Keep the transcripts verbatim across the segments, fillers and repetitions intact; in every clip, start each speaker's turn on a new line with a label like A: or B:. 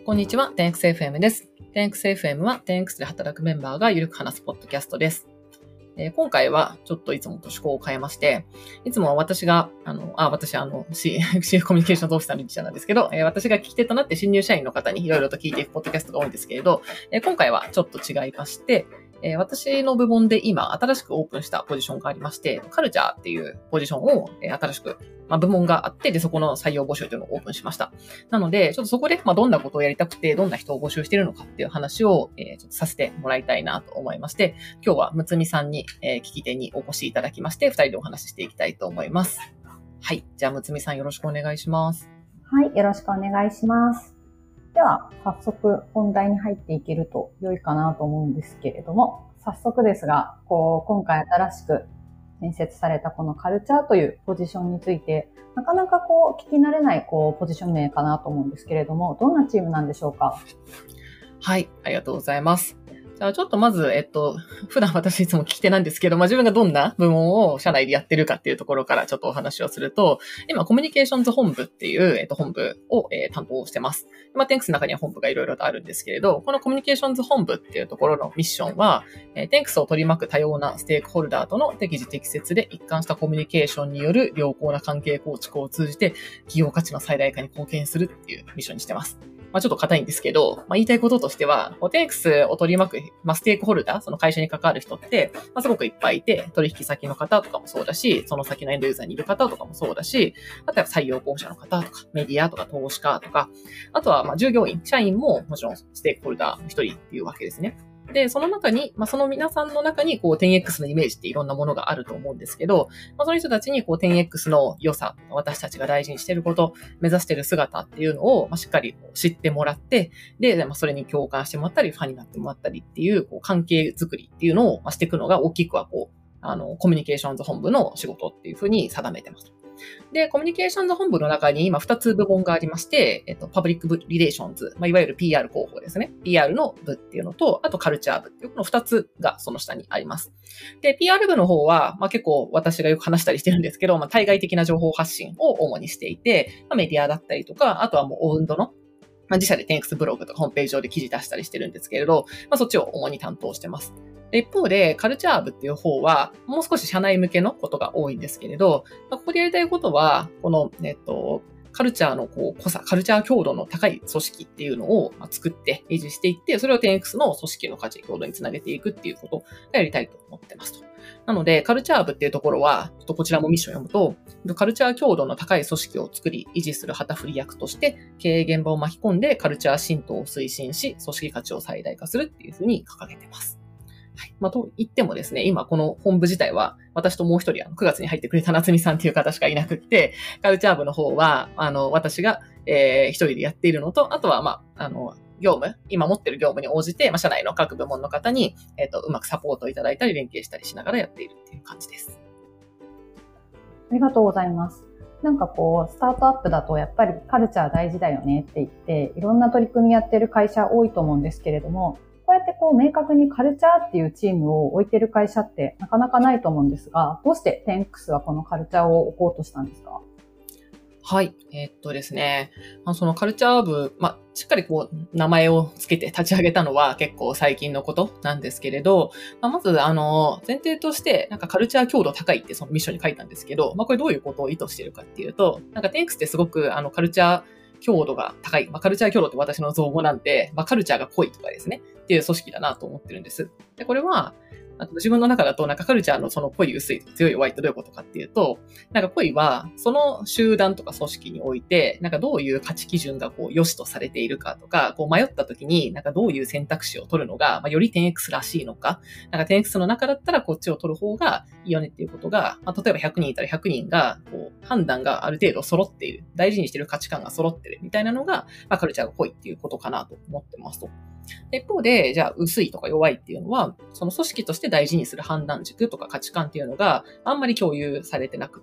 A: こんにちは、テンエックスエフエム です。テンエックスエフエム は テンエックス で働くメンバーがゆるく話すポッドキャストです。えー、今回はちょっといつもと趣向を変えまして、いつもは私が、あの、あ、私、あの、チーフコミュニケーションオフィサーのリッチャーなんですけど、えー、私が聞き手となって新入社員の方にいろいろと聞いていくポッドキャストが多いんですけれど、えー、今回はちょっと違いまして、えー、私の部門で今新しくオープンしたポジションがありまして、カルチャーっていうポジションを、えー、新しく、まあ、部門があって、で、そこの採用募集というのをオープンしました。なので、ちょっとそこで、まあ、どんなことをやりたくて、どんな人を募集しているのかっていう話を、えー、ちょっとさせてもらいたいなと思いまして、今日はむつみさんに、えー、聞き手にお越しいただきまして、二人でお話ししていきたいと思います。はい。じゃあ、むつみさんよろしくお願いします。
B: はい。よろしくお願いします。では、早速本題に入っていけると良いかなと思うんですけれども、早速ですが、こう、今回新しく新設されたこのカルチャーというポジションについて、なかなかこう、聞き慣れないこう、ポジション名かなと思うんですけれども、どんなチームなんでしょうか？
A: はい。ありがとうございます。じゃあちょっとまず、えっと、普段私いつも聞き手なんですけど、まあ、自分がどんな部門を社内でやってるかっていうところからちょっとお話をすると、今コミュニケーションズ本部っていう、えっと、本部を、えー、担当してます。まあ、テンクスの中には本部がいろいろとあるんですけれど、このコミュニケーションズ本部っていうところのミッションは、えー、テンクスを取り巻く多様なステークホルダーとの適時適切で一貫したコミュニケーションによる良好な関係構築を通じて、企業価値の最大化に貢献するっていうミッションにしてます。まあ、ちょっと硬いんですけど、まあ、言いたいこととしては、テンエックスを取り巻く、まあ、ステークホルダー、その会社に関わる人って、まあ、すごくいっぱいいて、取引先の方とかもそうだし、その先のエンドユーザーにいる方とかもそうだし、あとは採用候補者の方とか、メディアとか投資家とか、あとはまあ従業員、社員ももちろんステークホルダーの一人っていうわけですね。で、その中に、まあ、その皆さんの中に、こう、テンエックス のイメージっていろんなものがあると思うんですけど、まあ、その人たちに、こう、テンエックス の良さ、私たちが大事にしていること、目指している姿っていうのを、まあ、しっかり知ってもらって、で、まあ、それに共感してもらったり、ファンになってもらったりっていう、こう、関係づくりっていうのを、まあ、していくのが大きくは、こう、あの、コミュニケーションズ本部の仕事っていうふうに定めてます。で、コミュニケーションズ本部の中に今ふたつ部門がありまして、えっと、パブリックリレーションズ、まあ、いわゆる ピーアール 広報ですね。ピーアール の部っていうのと、あとカルチャー部っていうこのふたつがその下にあります。で、ピーアール 部の方は、まあ、結構私がよく話したりしてるんですけど、まあ、対外的な情報発信を主にしていて、まあ、メディアだったりとか、あとはもうオウンドのまあ、自社で テンエックス ブログとかホームページ上で記事出したりしてるんですけれど、まあ、そっちを主に担当してます。一方で、カルチャー部っていう方は、もう少し社内向けのことが多いんですけれど、まあ、ここでやりたいことは、この、えっと、カルチャーのこう濃さ、カルチャー強度の高い組織っていうのを作って維持していって、それを テンエックス の組織の価値強度につなげていくっていうことがやりたいと思ってますと。なので、カルチャー部っていうところは、ちょっとこちらもミッションを読むと、カルチャー強度の高い組織を作り、維持する旗振り役として、経営現場を巻き込んでカルチャー浸透を推進し、組織価値を最大化するっていうふうに掲げてます。はい。まあ、と言ってもですね、今この本部自体は、私ともう一人、あの、くがつに入ってくれた夏美さんっていう方しかいなくって、カルチャー部の方は、あの、私が、えー、一人でやっているのと、あとは、まあ、あの、業務、今持ってる業務に応じて、まあ、社内の各部門の方に、えっと、うまくサポートいただいたり、連携したりしながらやっているっていう感じです。
B: ありがとうございます。なんかこう、スタートアップだとやっぱりカルチャー大事だよねって言って、いろんな取り組みやってる会社多いと思うんですけれども、こうやってこう明確にカルチャーっていうチームを置いてる会社ってなかなかないと思うんですが、どうして テンエックス はこのカルチャーを置こうとしたんですか？
A: はい。えー、っとですね。そのカルチャー部、まあ、しっかりこう、名前をつけて立ち上げたのは結構最近のことなんですけれど、まあ、まず、あの、前提として、なんかカルチャー強度高いってそのミッションに書いたんですけど、まあ、これどういうことを意図しているかっていうと、なんか テンエックス ってすごく、あの、カルチャー強度が高い。まあ、カルチャー強度って私の造語なんで、まあ、カルチャーが濃いとかですね、っていう組織だなと思ってるんです。で、これは、あと自分の中だと、なんかカルチャーのその濃い薄い強い弱いってどういうことかっていうと、なんか濃いは、その集団とか組織において、なんかどういう価値基準がこう良しとされているかとか、こう迷った時に、なんかどういう選択肢を取るのが、まあ、より テンエックス らしいのか、なんか テンエックス の中だったらこっちを取る方がいいよねっていうことが、まあ、例えばひゃくにんいたらひゃくにんが、こう、判断がある程度揃っている、大事にしている価値観が揃っているみたいなのが、まあ、カルチャーが濃いっていうことかなと思ってますと。一方で、じゃあ、薄いとか弱いっていうのは、その組織として大事にする判断軸とか価値観っていうのがあんまり共有されてなくって、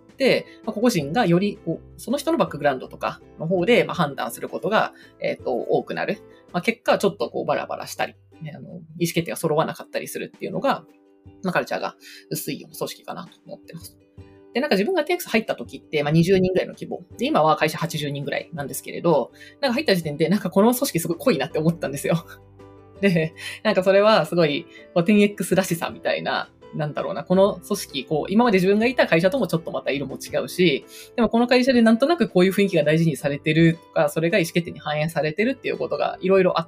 A: まあ、個々人がよりこう、その人のバックグラウンドとかの方でまあ判断することが、えっと、多くなる。まあ、結果、ちょっとこう、バラバラしたり、ね、あの、意思決定が揃わなかったりするっていうのが、まあ、カルチャーが薄いような組織かなと思ってます。 で、なんか自分が テンエックス 入った時って、まあ、にじゅうにんぐらいの規模。で、今は会社はちじゅうにんぐらいなんですけれど、なんか入った時点で、なんかこの組織すごい濃いなって思ったんですよ。で、なんかそれはすごい、テンエックス らしさみたいな、なんだろうな、この組織、こう、今まで自分がいた会社ともちょっとまた色も違うし、でもこの会社でなんとなくこういう雰囲気が大事にされてるとか、それが意思決定に反映されてるっていうことがいろいろあって、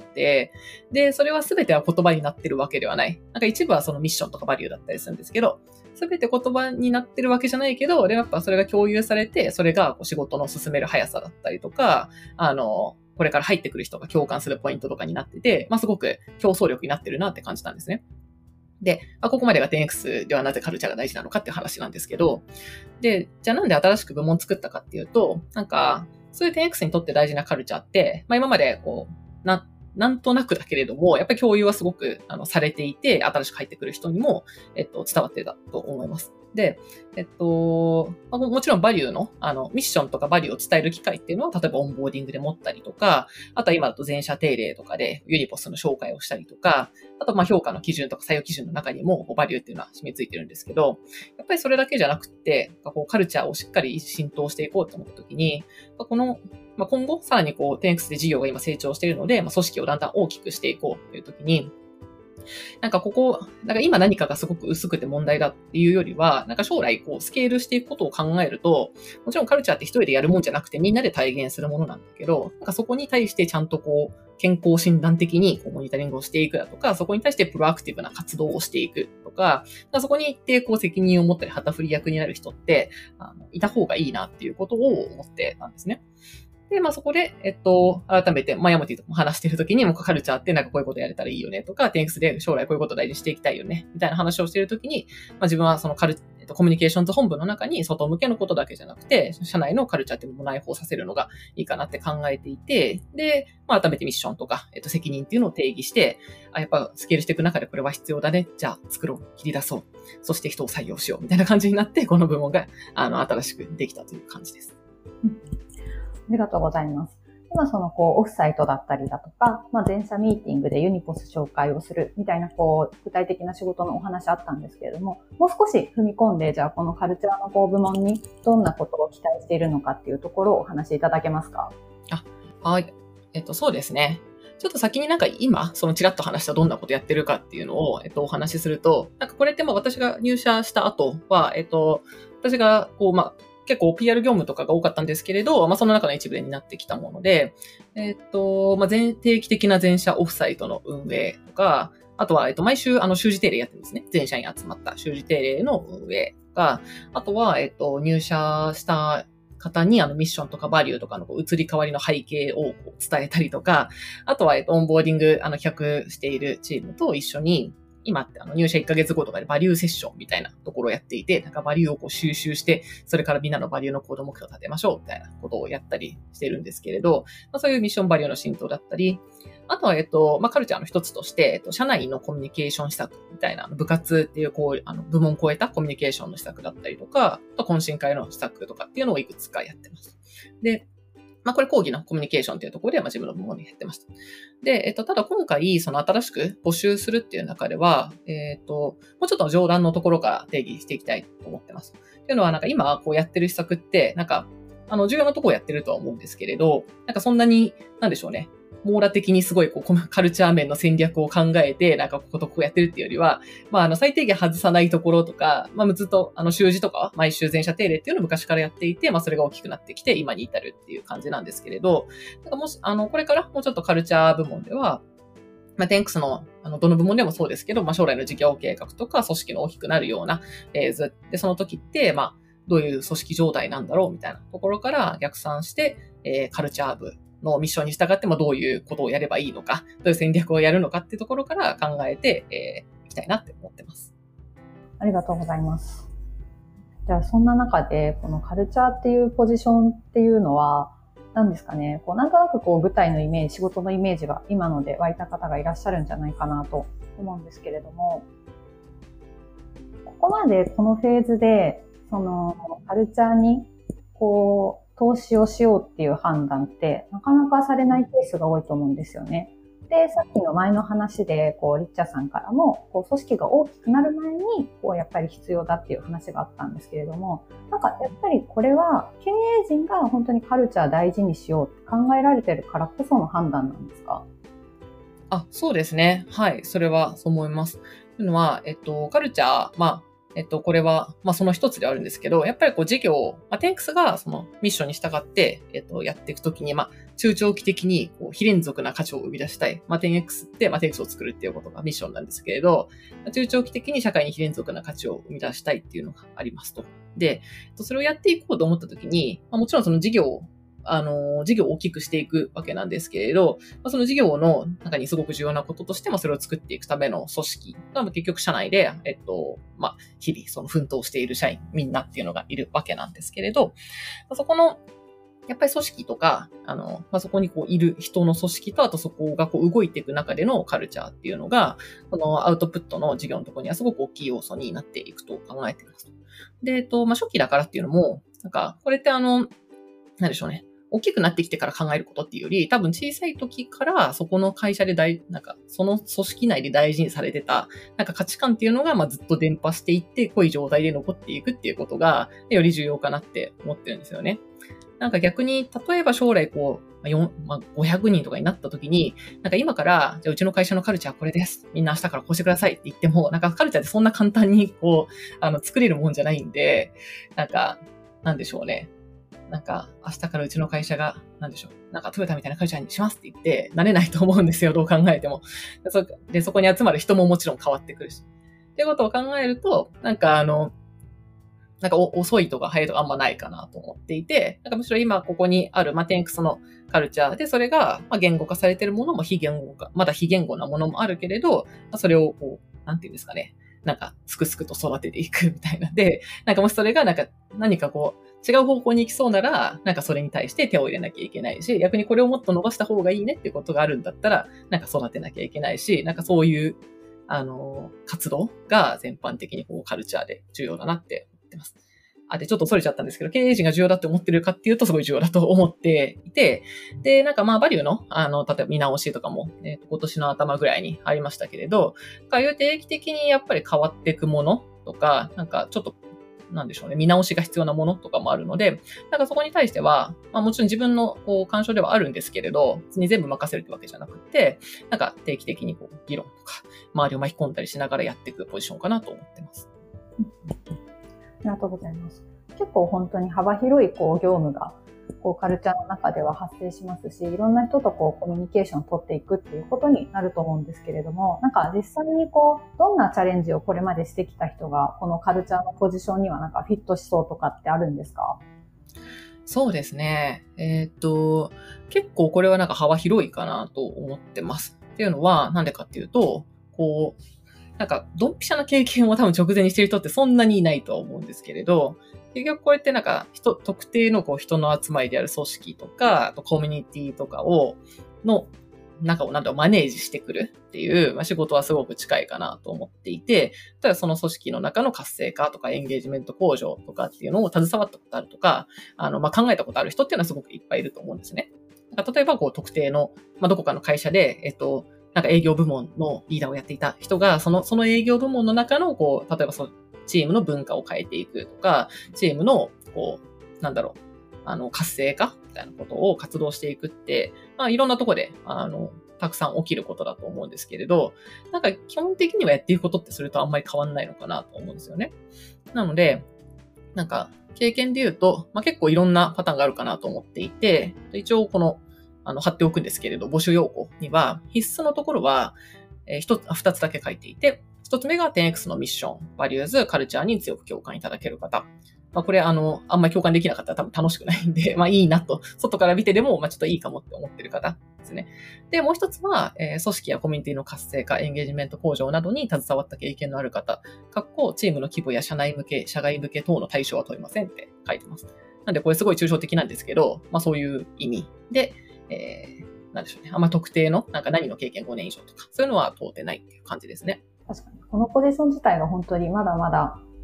A: で、それは全ては言葉になってるわけではない。なんか一部はそのミッションとかバリューだったりするんですけど、全て言葉になってるわけじゃないけど、でもやっぱそれが共有されて、それが仕事の進める速さだったりとか、あの、これから入ってくる人が共感するポイントとかになってて、まあ、すごく競争力になってるなって感じたんですね。で、まあ、ここまでが テンエックス ではなぜカルチャーが大事なのかっていう話なんですけど、で、じゃあなんで新しく部門作ったかっていうと、なんか、そういう テンエックス にとって大事なカルチャーって、まあ今までこう、な、なんとなくだけれども、やっぱり共有はすごくあのされていて、新しく入ってくる人にも、えっと、伝わってたと思います。で、えっと、もちろんバリューの、あの、ミッションとかバリューを伝える機会っていうのは、例えばオンボーディングで持ったりとか、あとは今だと全社定例とかでユニポスの紹介をしたりとか、あとまあ評価の基準とか採用基準の中にもバリューっていうのは染みついてるんですけど、やっぱりそれだけじゃなくて、こうカルチャーをしっかり浸透していこうと思ったときに、この、まあ、今後さらにこう テンエックス で事業が今成長しているので、まあ、組織をだんだん大きくしていこうというときに、なんかここ、なんか今何かがすごく薄くて問題だっていうよりは、なんか将来こうスケールしていくことを考えると、もちろんカルチャーって一人でやるもんじゃなくてみんなで体現するものなんだけど、なんかそこに対してちゃんとこう健康診断的にこうモニタリングをしていくだとか、そこに対してプロアクティブな活動をしていくとか、かそこに行ってこう責任を持ったり旗振り役になる人ってあのいた方がいいなっていうことを思ってたんですね。で、まあそこで、えっと、改めて、まあヤモティとも話しているときに、もうカルチャーってなんかこういうことやれたらいいよねとか、テンエックス で将来こういうことを大事にしていきたいよね、みたいな話をしているときに、まあ自分はそのカル、えっと、コミュニケーションズ本部の中に外向けのことだけじゃなくて、社内のカルチャーっていうのも内包させるのがいいかなって考えていて、で、まあ改めてミッションとか、えっと、責任っていうのを定義して、あ、やっぱスケールしていく中でこれは必要だね。じゃあ作ろう。切り出そう。そして人を採用しよう。みたいな感じになって、この部門が、あの、新しくできたという感じです。
B: ありがとうございます。今そのこうオフサイトだったりだとか、まあ、全社ミーティングでユニポス紹介をするみたいなこう具体的な仕事のお話あったんですけれども、もう少し踏み込んで、じゃあこのカルチャーのこう部門にどんなことを期待しているのかっていうところをお話しいただけますか？
A: あ、はい。えっと、そうですね。ちょっと先になんか今、そのちらっと話したどんなことやってるかっていうのを、えっと、お話しすると、なんかこれってまあ私が入社した後は、えっと、私がこう、まあ、結構 ピーアール 業務とかが多かったんですけれど、まあその中の一部でになってきたもので、えっと、まあ全定期的な全社オフサイトの運営とか、あとは、えっと、毎週、あの、習字定例やってるんですね。全社員集まった習字定例の運営とか、あとは、えっと、入社した方にあのミッションとかバリューとかのこう移り変わりの背景をこう伝えたりとか、あとは、えっと、オンボーディング、あの、企画しているチームと一緒に、今ってあの入社いっかげつごとかでバリューセッションみたいなところをやっていて、なんかバリューをこう収集して、それからみんなのバリューの行動目標を立てましょうみたいなことをやったりしてるんですけれど、まあ、そういうミッションバリューの浸透だったり、あとは、えっと、まあ、カルチャーの一つとして、えっと、社内のコミュニケーション施策みたいな、部活っていう、こう、あの、部門を超えたコミュニケーションの施策だったりとか、あと懇親会の施策とかっていうのをいくつかやってます。で、まあ、これ講義のコミュニケーションっていうところで、まあ、自分の部門にやってました。で、えっと、ただ今回、その新しく募集するっていう中では、えっと、もうちょっと上段のところから定義していきたいと思ってます。っていうのは、なんか今、こうやってる施策って、なんか、あの、重要なところをやってるとは思うんですけれど、なんかそんなに、なんでしょうね。網羅的にすごいこうカルチャー面の戦略を考えて、なんかこことここやってるっていうよりは、まああの最低限外さないところとか、まあずっとあの習字とかは毎週全社定例っていうのを昔からやっていて、まあそれが大きくなってきて今に至るっていう感じなんですけれど、なんかもし、あの、これからもうちょっとカルチャー部門では、まあ、テンエックス の、あの、どの部門でもそうですけど、まあ、将来の事業計画とか、組織の大きくなるようなフェーズ。で、その時って、まあ、どういう組織状態なんだろうみたいなところから逆算して、えー、カルチャー部のミッションに従って、まあ、どういうことをやればいいのか、どういう戦略をやるのかっていうところから考えて、えー、いきたいなって思ってます。
B: ありがとうございます。じゃあ、そんな中で、このカルチャーっていうポジションっていうのは、何ですかね、こうなんとなくこう舞台のイメージ、仕事のイメージが今ので湧いた方がいらっしゃるんじゃないかなと思うんですけれども、ここまでこのフェーズで、そのカルチャーにこう投資をしようっていう判断ってなかなかされないケースが多いと思うんですよね。 で、さっきの前の話で、こう、リッチャさんからも、こう、組織が大きくなる前に、こう、やっぱり必要だっていう話があったんですけれども、なんか、やっぱりこれは、経営陣が本当にカルチャー大事にしようって考えられてるからこその判断なんですか？
A: あ、そうですね。はい。それはそう思います。というのは、えっと、カルチャー、まあ、えっと、これは、まあ、その一つではあるんですけど、やっぱりこう、事業を、まあ、テンクスがそのミッションに従って、えっと、やっていくときに、まあ、中長期的に、こう、非連続な価値を生み出したい。まあ、テンエックス って、まあ、テンクスを作るっていうことがミッションなんですけれど、中長期的に社会に非連続な価値を生み出したいっていうのがありますと。で、それをやっていこうと思ったときに、まあ、もちろんその事業をあの、事業を大きくしていくわけなんですけれど、まあ、その事業の中にすごく重要なこととしても、それを作っていくための組織が結局社内で、えっと、まあ、日々その奮闘している社員みんなっていうのがいるわけなんですけれど、そこのやっぱり組織とか、あの、まあ、そこにこういる人の組織と、あとそこがこう動いていく中でのカルチャーっていうのが、このアウトプットの事業のところにはすごく大きい要素になっていくと考えています。で、えっと、まあ、初期だからっていうのも、なんか、これってあの、なんでしょうね。大きくなってきてから考えることっていうより、多分小さい時からそこの会社で大、なんかその組織内で大事にされてた、なんか価値観っていうのがまあずっと伝播していって、濃い状態で残っていくっていうことが、より重要かなって思ってるんですよね。なんか逆に、例えば将来こう、よんまあ、ごひゃくにんとかになった時に、なんか今から、じゃあうちの会社のカルチャーこれです。みんな明日からこうしてくださいって言っても、なんかカルチャーってそんな簡単にこう、あの、作れるもんじゃないんで、なんか、なんでしょうね。なんか、明日からうちの会社が、なんでしょう、なんかトヨタみたいなカルチャーにしますって言って、なれないと思うんですよ、どう考えても。そで、そこに集まる人ももちろん変わってくるし。っていうことを考えると、なんかあの、なんか遅いとか早いとかあんまないかなと思っていて、なんかむしろ今ここにある、まあ、テンクスのカルチャーで、それが、まあ、言語化されているものも非言語化、まだ非言語なものもあるけれど、まあ、それをこう、なんていうんですかね、なんか、すくすくと育てていくみたいな。で、なんかもしそれがなんか、何かこう、違う方向に行きそうなら、なんかそれに対して手を入れなきゃいけないし、逆にこれをもっと伸ばした方がいいねっていうことがあるんだったら、なんか育てなきゃいけないし、なんかそういう、あの、活動が全般的にこうカルチャーで重要だなって思ってます。あ、で、ちょっと逸れちゃったんですけど、経営陣が重要だって思ってるかっていうと、すごい重要だと思っていて、で、なんかまあ、バリューの、あの、例えば見直しとかも、えっと、今年の頭ぐらいにありましたけれど、ああいう定期的にやっぱり変わっていくものとか、なんかちょっと、なんでしょうね、見直しが必要なものとかもあるので、なんかそこに対しては、まあもちろん自分のこう干渉ではあるんですけれど、別に全部任せるってわけじゃなくて、なんか定期的にこう議論とか、周りを巻き込んだりしながらやっていくポジションかなと思ってます。
B: ありがとうございます。結構本当に幅広いこう業務がこうカルチャーの中では発生しますし、いろんな人とこうコミュニケーションを取っていくっていうことになると思うんですけれども、なんか実際にこうどんなチャレンジをこれまでしてきた人がこのカルチャーのポジションにはなんかフィットしそうとかってあるんですか？
A: そうですね。えーっと、結構これはなんか幅広いかなと思ってます。っていうのは、なんでかっていうと、こう、なんか、ドンピシャな経験を多分直前にしてる人ってそんなにいないとは思うんですけれど、結局これってなんか、人、特定のこう人の集まりである組織とか、あとコミュニティとかを、の中をなんだろう、マネージしてくるっていう、まあ、仕事はすごく近いかなと思っていて、例えばその組織の中の活性化とかエンゲージメント向上とかっていうのを携わったことあるとか、あの、まあ、考えたことある人っていうのはすごくいっぱいいると思うんですね。なんか例えばこう特定の、まあ、どこかの会社で、えっと、なんか営業部門のリーダーをやっていた人が、その、その営業部門の中の、こう、例えばその、チームの文化を変えていくとか、チームの、こう、なんだろう、あの、活性化みたいなことを活動していくって、まあ、いろんなところで、あの、たくさん起きることだと思うんですけれど、なんか基本的にはやっていくことってそれとあんまり変わんないのかなと思うんですよね。なので、なんか、経験で言うと、まあ、結構いろんなパターンがあるかなと思っていて、一応この、あの、貼っておくんですけれど、募集要項には、必須のところは、えー、一つ、二つだけ書いていて、一つ目が テンエックス のミッション、バリューズ、カルチャーに強く共感いただける方。まあ、これ、あの、あんまり共感できなかったら多分楽しくないんで、まあいいなと、外から見てでも、まあちょっといいかもって思ってる方ですね。で、もう一つは、えー、組織やコミュニティの活性化、エンゲージメント向上などに携わった経験のある方、かっこチームの規模や社内向け、社外向け等の対象は問いませんって書いてます。なんでこれすごい抽象的なんですけど、まあそういう意味で、えー、なんでしょうね。あんま特定の、なんか何の経験ごねん以上とか、そういうのは問うてないっていう感じですね。
B: 確かに。このポジション自体が本当にまだまだ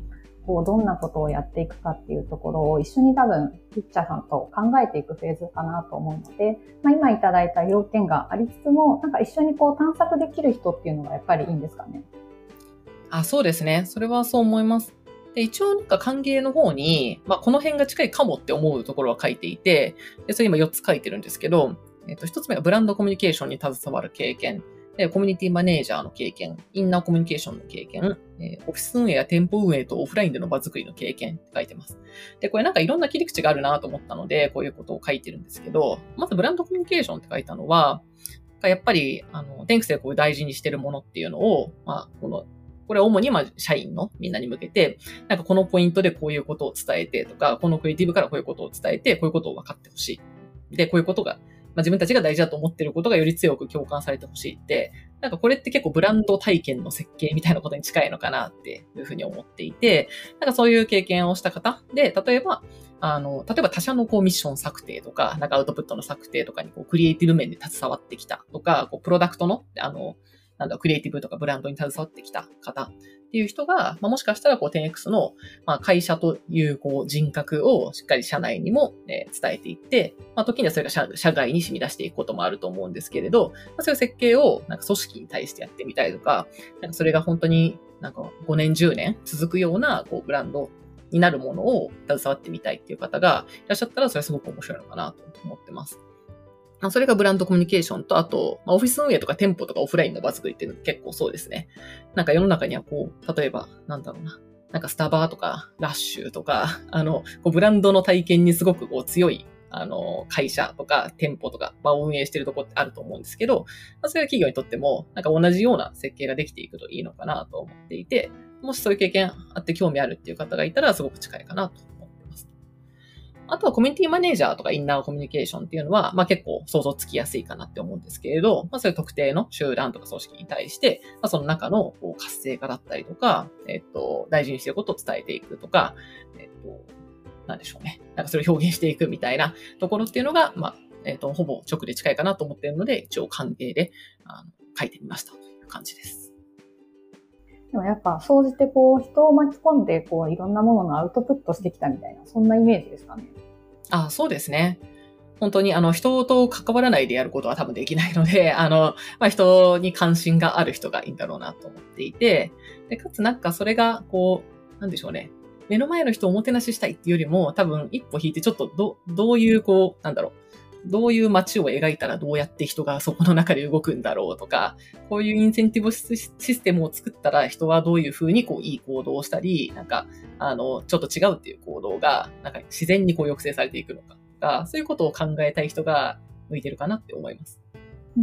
B: こう、どんなことをやっていくかっていうところを一緒に多分、ピッチャーさんと考えていくフェーズかなと思うので、まあ、今いただいた要件がありつつも、なんか一緒にこう探索できる人っていうのがやっぱりいいんですかね。
A: あ、そうですね。それはそう思います。で、一応なんか歓迎の方に、まあ、この辺が近いかもって思うところは書いていて、でそれ今よっつ書いてるんですけど、えっと、ひとつめがブランドコミュニケーションに携わる経験、でコミュニティマネージャーの経験、インナーコミュニケーションの経験、えーオフィス運営や店舗運営とオフラインでの場作りの経験って書いてます。で、これなんかいろんな切り口があるなと思ったので、こういうことを書いてるんですけど、まずブランドコミュニケーションって書いたのは、やっぱり、あの、テンクスでこう大事にしてるものっていうのを、まあ、この、これは主にまあ社員のみんなに向けて、なんかこのポイントでこういうことを伝えてとか、このクリエイティブからこういうことを伝えて、こういうことを分かってほしい。で、こういうことが、まあ、自分たちが大事だと思っていることがより強く共感されてほしいって、なんかこれって結構ブランド体験の設計みたいなことに近いのかなっていうふうに思っていて、なんかそういう経験をした方で、例えば、あの、例えば他社のこうミッション策定とか、なんかアウトプットの策定とかにこうクリエイティブ面で携わってきたとか、こうプロダクトの、あの、なんだ、クリエイティブとかブランドに携わってきた方っていう人が、まあ、もしかしたらこう テンエックス の、まあ、会社というこう人格をしっかり社内にも、えー伝えていって、まあ、時にはそれが 社, 社外に染み出していくこともあると思うんですけれど、まあ、そういう設計をなんか組織に対してやってみたりとか、なんかそれが本当になんかごねんじゅうねん続くようなこうブランドになるものを携わってみたいっていう方がいらっしゃったら、それはすごく面白いのかなと思ってます。それがブランドコミュニケーションと、あと、オフィス運営とか店舗とかオフラインの場作りっていうの結構そうですね。なんか世の中にはこう、例えば、なんだろうな。なんかスタバとか、ラッシュとか、あの、こうブランドの体験にすごくこう強い、あの、会社とか店舗とか場を運営しているところってあると思うんですけど、まあ、そういう企業にとっても、なんか同じような設計ができていくといいのかなと思っていて、もしそういう経験あって興味あるっていう方がいたらすごく近いかなと思ってます。あとはコミュニティマネージャーとかインナーコミュニケーションっていうのは、まあ結構想像つきやすいかなって思うんですけれど、まあそういう特定の集団とか組織に対して、まあその中のこう活性化だったりとか、えっと、大事にしていることを伝えていくとか、えっと、なんでしょうね。なんかそれを表現していくみたいなところっていうのが、まあ、えっと、ほぼ直で近いかなと思っているので、一応歓迎であの書いてみましたという感じです。
B: でもやっぱ、総じてこう、人を巻き込んで、こう、いろんなもののアウトプットしてきたみたいな、そんなイメージですかね。
A: あ、そうですね。本当にあの人と関わらないでやることは多分できないので、あの、まあ、人に関心がある人がいいんだろうなと思っていて、で、かつなんかそれがこう、なんでしょうね。目の前の人をおもてなししたいっていうよりも、多分一歩引いてちょっとど、どういうこう、なんだろう。どういう街を描いたらどうやって人がそこの中で動くんだろうとか、こういうインセンティブシステムを作ったら人はどういうふうにこういい行動をしたり、なんか、あの、ちょっと違うっていう行動が、なんか自然にこう抑制されていくのかとか、そういうことを考えたい人が向いてるかなって思います。
B: うん、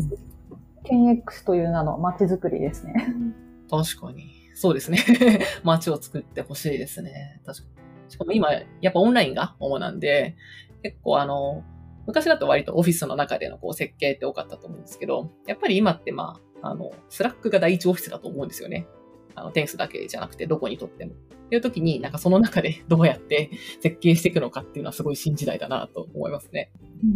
B: テンエックス という名の街づくりですね。
A: 確かに。そうですね。街を作ってほしいですね。確かに。しかも今、やっぱオンラインが主なんで、結構あの、昔だと割とオフィスの中でのこう設計って多かったと思うんですけど、やっぱり今ってまあ、あの、スラックが第一オフィスだと思うんですよね。あの、テンスだけじゃなくてどこにとっても。っていう時になんかその中でどうやって設計していくのかっていうのはすごい新時代だなと思いますね。
B: うん、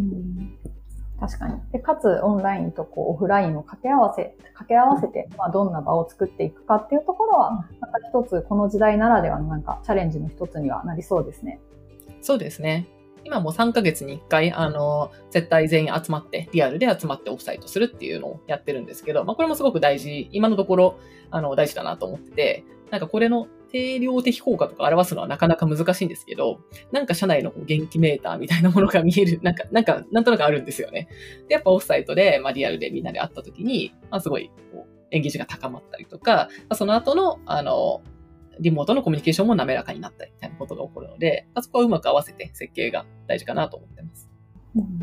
B: 確かに。で、かつオンラインとこうオフラインを掛け合わせ、掛け合わせて、まあどんな場を作っていくかっていうところは、また一つこの時代ならではのなんかチャレンジの一つにはなりそうですね。
A: そうですね。今もうさんかげつにいっかい、あの、絶対全員集まって、リアルで集まってオフサイトするっていうのをやってるんですけど、まあこれもすごく大事、今のところ、あの、大事だなと思ってて、なんかこれの定量的効果とか表すのはなかなか難しいんですけど、なんか社内の元気メーターみたいなものが見える、なんか、なんか、なんとなくあるんですよね。で、やっぱオフサイトで、まあリアルでみんなで会った時に、まあすごい、こう、エンゲージが高まったりとか、まあ、その後の、あの、リモートのコミュニケーションも滑らかになったりみたいなことが起こるので、そこはうまく合わせて設計が大事かなと思ってます。
B: うんうんうん、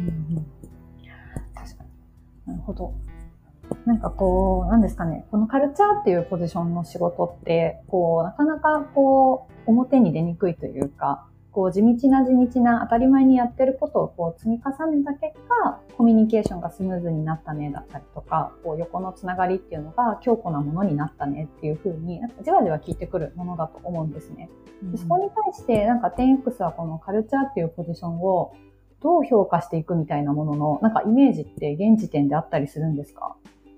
B: 確かに。なるほど。なんかこう、なんですかね、このカルチャーっていうポジションの仕事って、こう、なかなかこう、表に出にくいというか、こう、地道な地道な当たり前にやってることをこう積み重ねた結果、コミュニケーションがスムーズになったねだったりとか、こう、横のつながりっていうのが強固なものになったねっていう風に、なんかじわじわ効いてくるものだと思うんですね。うん、でそこに対して、なんか テンエックス はこのカルチャーっていうポジションをどう評価していくみたいなものの、なんかイメージって現時点であったりするんですか？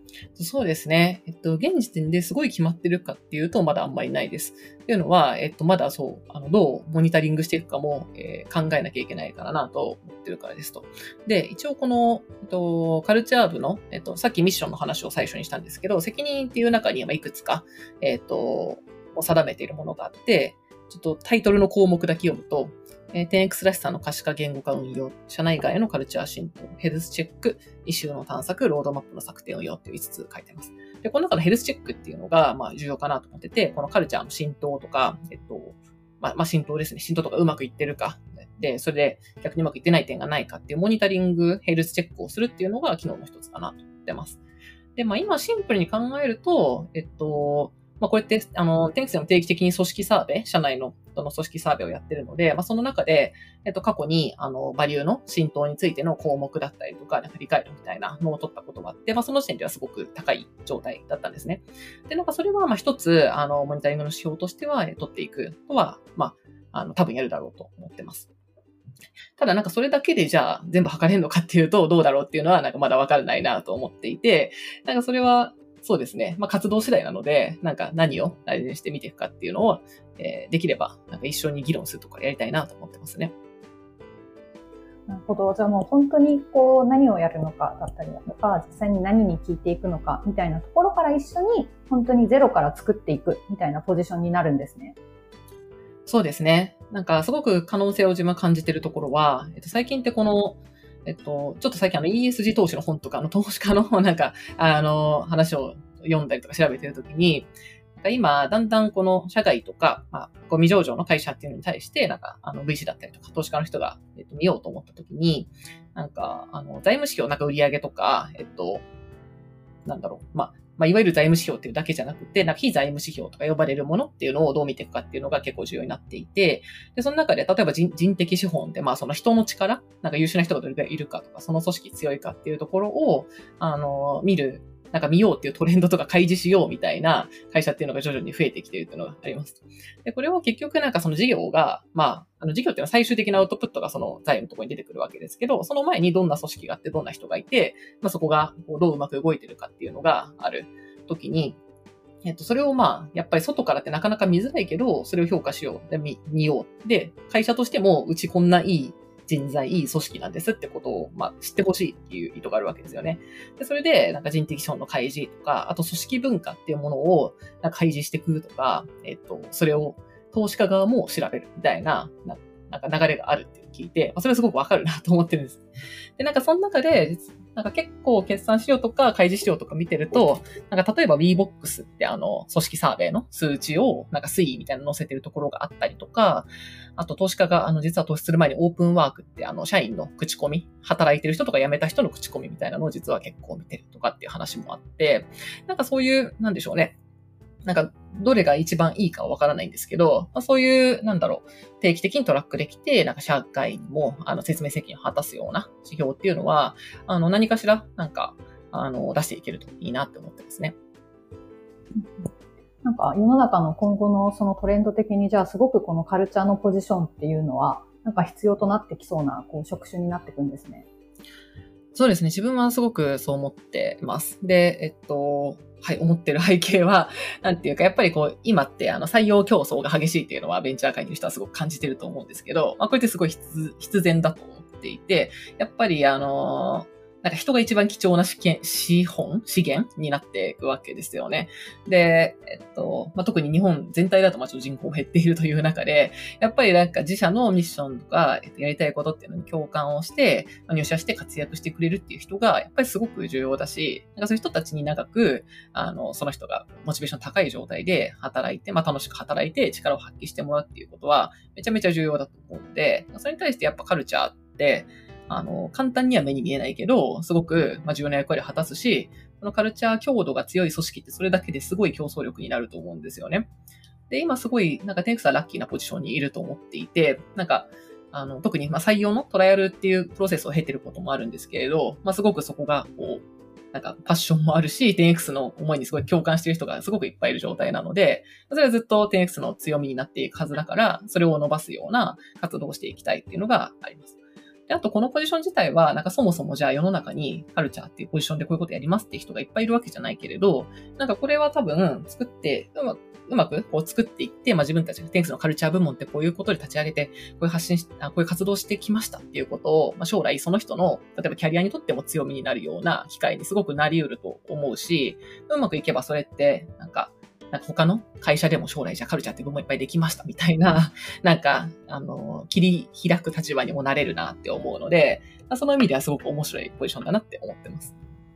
A: そうですね。えっと、現時点ですごい決まってるかっていうと、まだあんまりないです。っていうのは、えっと、まだそう、あの、どうモニタリングしていくかも、えー考えなきゃいけないからなと思ってるからですと。で、一応この、えっと、カルチャー部の、えっと、さっきミッションの話を最初にしたんですけど、責任っていう中にはいくつか、えっと、定めているものがあって、ちょっとタイトルの項目だけ読むと、えー、テンエックス らしさの可視化言語化運用、社内外へのカルチャー浸透、ヘルスチェック、イシューの探索、ロードマップの策定運用っていういつつ書いてます。で、この中のヘルスチェックっていうのが、まあ、重要かなと思ってて、このカルチャーの浸透とか、えっと、まあ、まあ、浸透ですね。浸透とかうまくいってるか。で、それで逆にうまくいってない点がないかっていうモニタリング、ヘルスチェックをするっていうのが機能の一つかなと思ってます。で、まあ、今シンプルに考えると、えっと、まあ、こうやって、あの、テンクスでも定期的に組織サーベイ、社内のの組織サーベイをやってるので、まあ、その中で、えっと、過去に、あの、バリューの浸透についての項目だったりとか、振り返るみたいなのを取ったことがあって、まあ、その時点ではすごく高い状態だったんですね。で、なんかそれは、まあ、一つ、あの、モニタリングの指標としては、取っていくとは、まあ、あの、多分やるだろうと思ってます。ただなんかそれだけでじゃあ全部測れるのかっていうとどうだろうっていうのはなんかまだわからないなと思っていて、なんかそれはそうですね。まあ活動次第なので、なんか何を大事にして見ていくかっていうのを、えー、できればなんか一緒に議論するとかやりたいなと思ってますね。
B: なるほど。じゃあもう本当にこう何をやるのかだったりだとか、実際に何に聞いていくのかみたいなところから一緒に本当にゼロから作っていくみたいなポジションになるんですね。
A: そうですね。なんかすごく可能性を自分は感じているところは、えっと、最近ってこの、えっと、ちょっと最近あの イーエスジー 投資の本とか、あの投資家のなんか、あの話を読んだりとか調べてるときに、なんか今、だんだんこの社外とか、まあ、こう未上場の会社っていうのに対して、なんか、あの ブイシー だったりとか、投資家の人が、えっと、見ようと思ったときに、なんか、あの、財務指標、なんか売上とか、えっと、なんだろう、まあ、まあ、いわゆる財務指標っていうだけじゃなくて、なんか非財務指標とか呼ばれるものっていうのをどう見ていくかっていうのが結構重要になっていて、で、その中で、例えば人人的資本で、まあ、その人の力、なんか優秀な人がどれくらいいるかとか、その組織強いかっていうところを、あの、見る、なんか見ようっていうトレンドとか開示しようみたいな会社っていうのが徐々に増えてきているっていうのがあります。で、これは結局なんかその事業が、まあ、あの事業っていうのは最終的なアウトプットがその財務のところに出てくるわけですけど、その前にどんな組織があってどんな人がいて、まあそこがどううまく動いてるかっていうのがある時に、えっと、それをまあ、やっぱり外からってなかなか見づらいけど、それを評価しよう。で、見、見よう。で、会社としても、うちこんないい人材、いい組織なんですってことを、まあ、知ってほしいっていう意図があるわけですよね。で、それで、なんか人的資本の開示とか、あと組織文化っていうものを、なんか開示していくとか、えっと、それを投資家側も調べるみたいな、なんか流れがあるって聞いて、それはすごくわかるなと思ってるんです。で、なんかその中で、なんか結構決算資料とか開示資料とか見てると、なんか例えば WeBox ってあの組織サーベイの数値をなんか推移みたいなの載せてるところがあったりとか、あと投資家があの実は投資する前にオープンワークってあの社員の口コミ、働いてる人とか辞めた人の口コミみたいなのを実は結構見てるとかっていう話もあって、なんかそういう、なんでしょうね。なんか、どれが一番いいかはわからないんですけど、まあ、そういう、なんだろう、定期的にトラックできて、なんか社会にも、あの、説明責任を果たすような指標っていうのは、あの、何かしら、なんか、あの、出していけるといいなって思ってますね。
B: なんか、世の中の今後のそのトレンド的に、じゃあすごくこのカルチャーのポジションっていうのは、なんか必要となってきそうな、こう、職種になっていくんですね。
A: そうですね。自分はすごくそう思ってます。で、えっと、はい、思ってる背景は、なんていうか、やっぱりこう、今ってあの採用競争が激しいっていうのはベンチャー界の人はすごく感じてると思うんですけど、まあこれってすごい必必然だと思っていて、やっぱりあのなんか人が一番貴重な資源、資本資源になっていくわけですよね。で、えっと、まあ、特に日本全体だとまあちょっと人口減っているという中で、やっぱりなんか自社のミッションとか、えっと、やりたいことっていうのに共感をして、入社して活躍してくれるっていう人が、やっぱりすごく重要だし、なんかそういう人たちに長く、あの、その人がモチベーション高い状態で働いて、まあ、楽しく働いて力を発揮してもらうっていうことは、めちゃめちゃ重要だと思うので、それに対してやっぱカルチャーって、あの、簡単には目に見えないけど、すごく、まあ、重要な役割を果たすし、このカルチャー強度が強い組織ってそれだけですごい競争力になると思うんですよね。で、今すごい、なんかテンクスはラッキーなポジションにいると思っていて、なんか、あの、特に、まあ、採用のトライアルっていうプロセスを経てることもあるんですけれど、まあ、すごくそこが、こう、なんか、パッションもあるし、テンエックス の思いにすごい共感している人がすごくいっぱいいる状態なので、それはずっと テンエックス の強みになっていくはずだから、それを伸ばすような活動をしていきたいっていうのがあります。 で、あとこのポジション自体は、なんかそもそもじゃあ世の中にカルチャーっていうポジションでこういうことやりますっていう人がいっぱいいるわけじゃないけれど、なんかこれは多分作って、うまくうまくこう作っていって、まあ、自分たちがテンクスのカルチャー部門ってこういうことで立ち上げて、こういう発信し、あこういう活動してきましたっていうことを、まあ、将来その人の、例えばキャリアにとっても強みになるような機会にすごくなり得ると思うし、うまくいけばそれって、なんか、なんか他の会社でも将来じゃカルチャーって部門いっぱいできましたみたいな、なんか、あの、切り開く立場にもなれるなって思うので、まあ、その意味ではすごく面白いポジションだなって思ってます。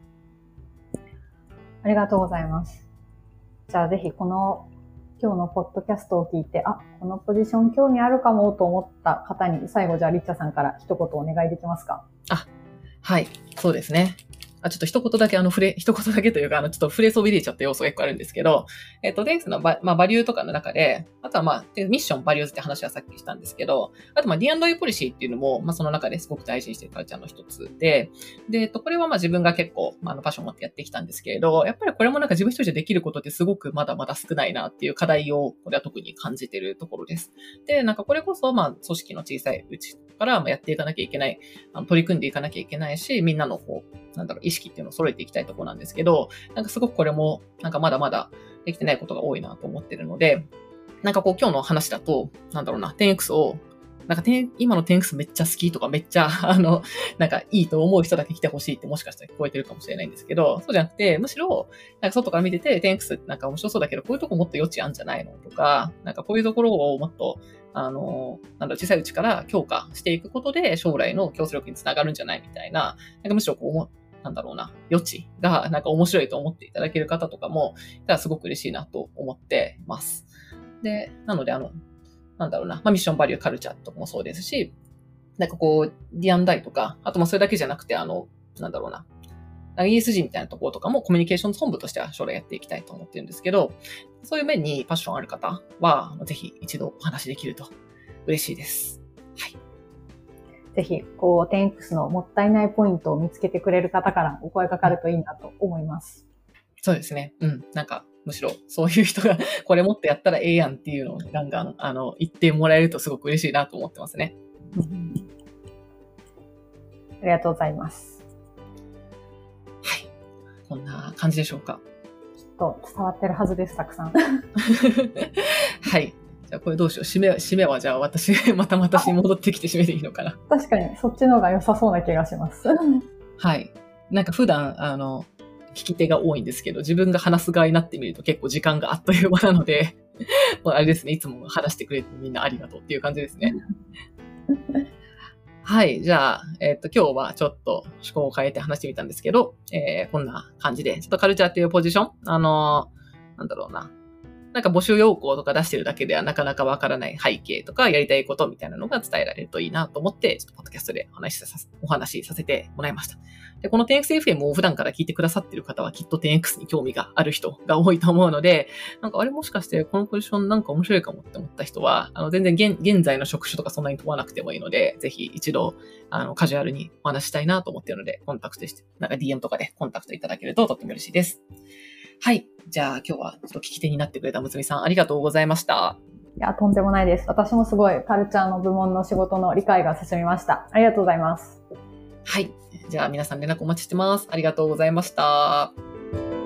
B: ありがとうございます。じゃあぜひこの今日のポッドキャストを聞いて、あ、このポジション興味あるかもと思った方に、最後じゃあリッチャさんから一言お願いできますか？
A: あ、はい、そうですね。あ、ちょっと一言だけ、あの、触れ、一言だけというか、あの、ちょっと触れそびれちゃった要素が結構あるんですけど、えっと、テンクスのバ、まあ、バリューとかの中で、あとはまあ、ミッション、バリューズって話はさっきしたんですけど、あとまあ、ディーアンドエー ポリシーっていうのも、まあ、その中ですごく大事にしているカルチャーの一つで、で、えっと、これはまあ自分が結構、まあ、あの、パッションを持ってやってきたんですけれど、やっぱりこれもなんか自分一人でできることってすごくまだまだ少ないなっていう課題を、これは特に感じているところです。で、なんかこれこそ、まあ、組織の小さいうちからまあやっていかなきゃいけない、あの取り組んでいかなきゃいけないし、みんなのこう、なんだろう、意識っていうのを揃えていきたいところなんですけど、なんかすごくこれも、なんかまだまだできてないことが多いなと思ってるので、なんかこう今日の話だと、なんだろうな、テンエックス を、なんか今の テンエックス めっちゃ好きとかめっちゃ、あの、なんかいいと思う人だけ来てほしいってもしかしたら聞こえてるかもしれないんですけど、そうじゃなくて、むしろ、なんか外から見てて テンエックス なんか面白そうだけど、こういうとこもっと余地あるんじゃないのとか、なんかこういうところをもっと、あの、なんだろう、小さいうちから強化していくことで将来の競争力につながるんじゃないみたいな、なんかむしろこう、なんだろうな、余地がなんか面白いと思っていただける方とかも、すごく嬉しいなと思ってます。で、なのであの、なんだろうな、まあ、ミッションバリューカルチャーとかもそうですし、なんかこう、ディアンダイとか、あとまあそれだけじゃなくて、あの、なんだろうな、イーエスジー みたいなところとかもコミュニケーション本部としては将来やっていきたいと思ってるんですけど、そういう面にパッションある方は、ぜひ一度お話できると嬉しいです。はい。
B: ぜひ、こう、テンエックスのもったいないポイントを見つけてくれる方からお声かかるといいなと思います。
A: そうですね。うん。なんか、むしろ、そういう人が、これもっとやったらええやんっていうのをガンガン、あの、言ってもらえるとすごく嬉しいなと思ってますね。
B: うん、ありがとうございます。
A: はい。こんな感じでしょうか。
B: きっと伝わってるはずです、たくさん。
A: はい。じゃあこれどうしよう。締めは、締めはじゃあ私、また私に戻ってきて締めていいのかな。
B: 確かに、そっちの方が良さそうな気がします。
A: はい。なんか普段、あの、聞き手が多いんですけど、自分が話す側になってみると結構時間があっという間なので、もうあれですね、いつも話してくれてみんなありがとうっていう感じですね。はい。じゃあ、えっと、今日はちょっと趣向を変えて話してみたんですけど、えー、こんな感じで、ちょっとカルチャーっていうポジション、あの、なんだろうな。なんか募集要項とか出してるだけではなかなかわからない背景とかやりたいことみたいなのが伝えられるといいなと思って、ちょっとポッドキャストでお話しさせ、お話しさせてもらいました。で、この テンエックスエフエム を普段から聞いてくださってる方はきっと テンエックス に興味がある人が多いと思うので、なんかあれもしかしてこのポジションなんか面白いかもって思った人は、あの全然現、現在の職種とかそんなに問わなくてもいいので、ぜひ一度、あの、カジュアルにお話したいなと思っているので、コンタクトして、なんか ディーエム とかでコンタクトいただけるととっても嬉しいです。はい。じゃあ今日はちょっと聞き手になってくれたむつみさんありがとうございました。
B: いや、とんでもないです。私もすごいカルチャーの部門の仕事の理解が進みました。ありがとうございます。
A: はい。じゃあ皆さん連絡お待ちしてます。ありがとうございました。